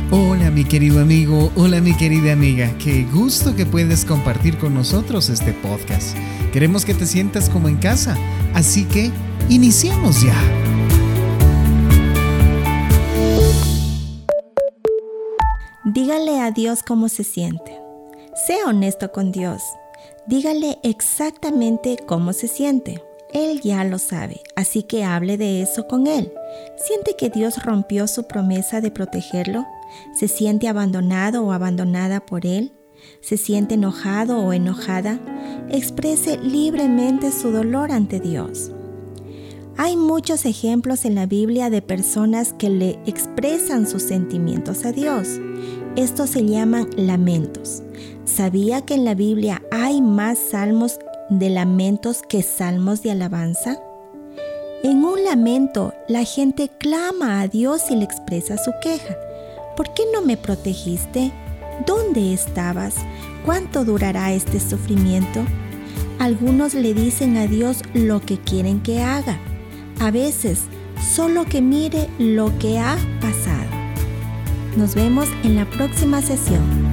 Hola mi querido amigo, hola mi querida amiga, qué gusto que puedes compartir con nosotros este podcast. Queremos que te sientas como en casa, así que iniciemos ya. Dígale a Dios cómo se siente. Sea honesto con Dios. Dígale exactamente cómo se siente. Él ya lo sabe, así que hable de eso con Él. ¿Siente que Dios rompió su promesa de protegerlo? ¿Se siente abandonado o abandonada por Él? ¿Se siente enojado o enojada? Exprese libremente su dolor ante Dios. Hay muchos ejemplos en la Biblia de personas que le expresan sus sentimientos a Dios. Estos se llaman lamentos. ¿Sabía que en la Biblia hay más salmos de lamentos que salmos de alabanza? En un lamento, la gente clama a Dios y le expresa su queja. ¿Por qué no me protegiste? ¿Dónde estabas? ¿Cuánto durará este sufrimiento? Algunos le dicen a Dios lo que quieren que haga. A veces, solo que mire lo que ha pasado. Nos vemos en la próxima sesión.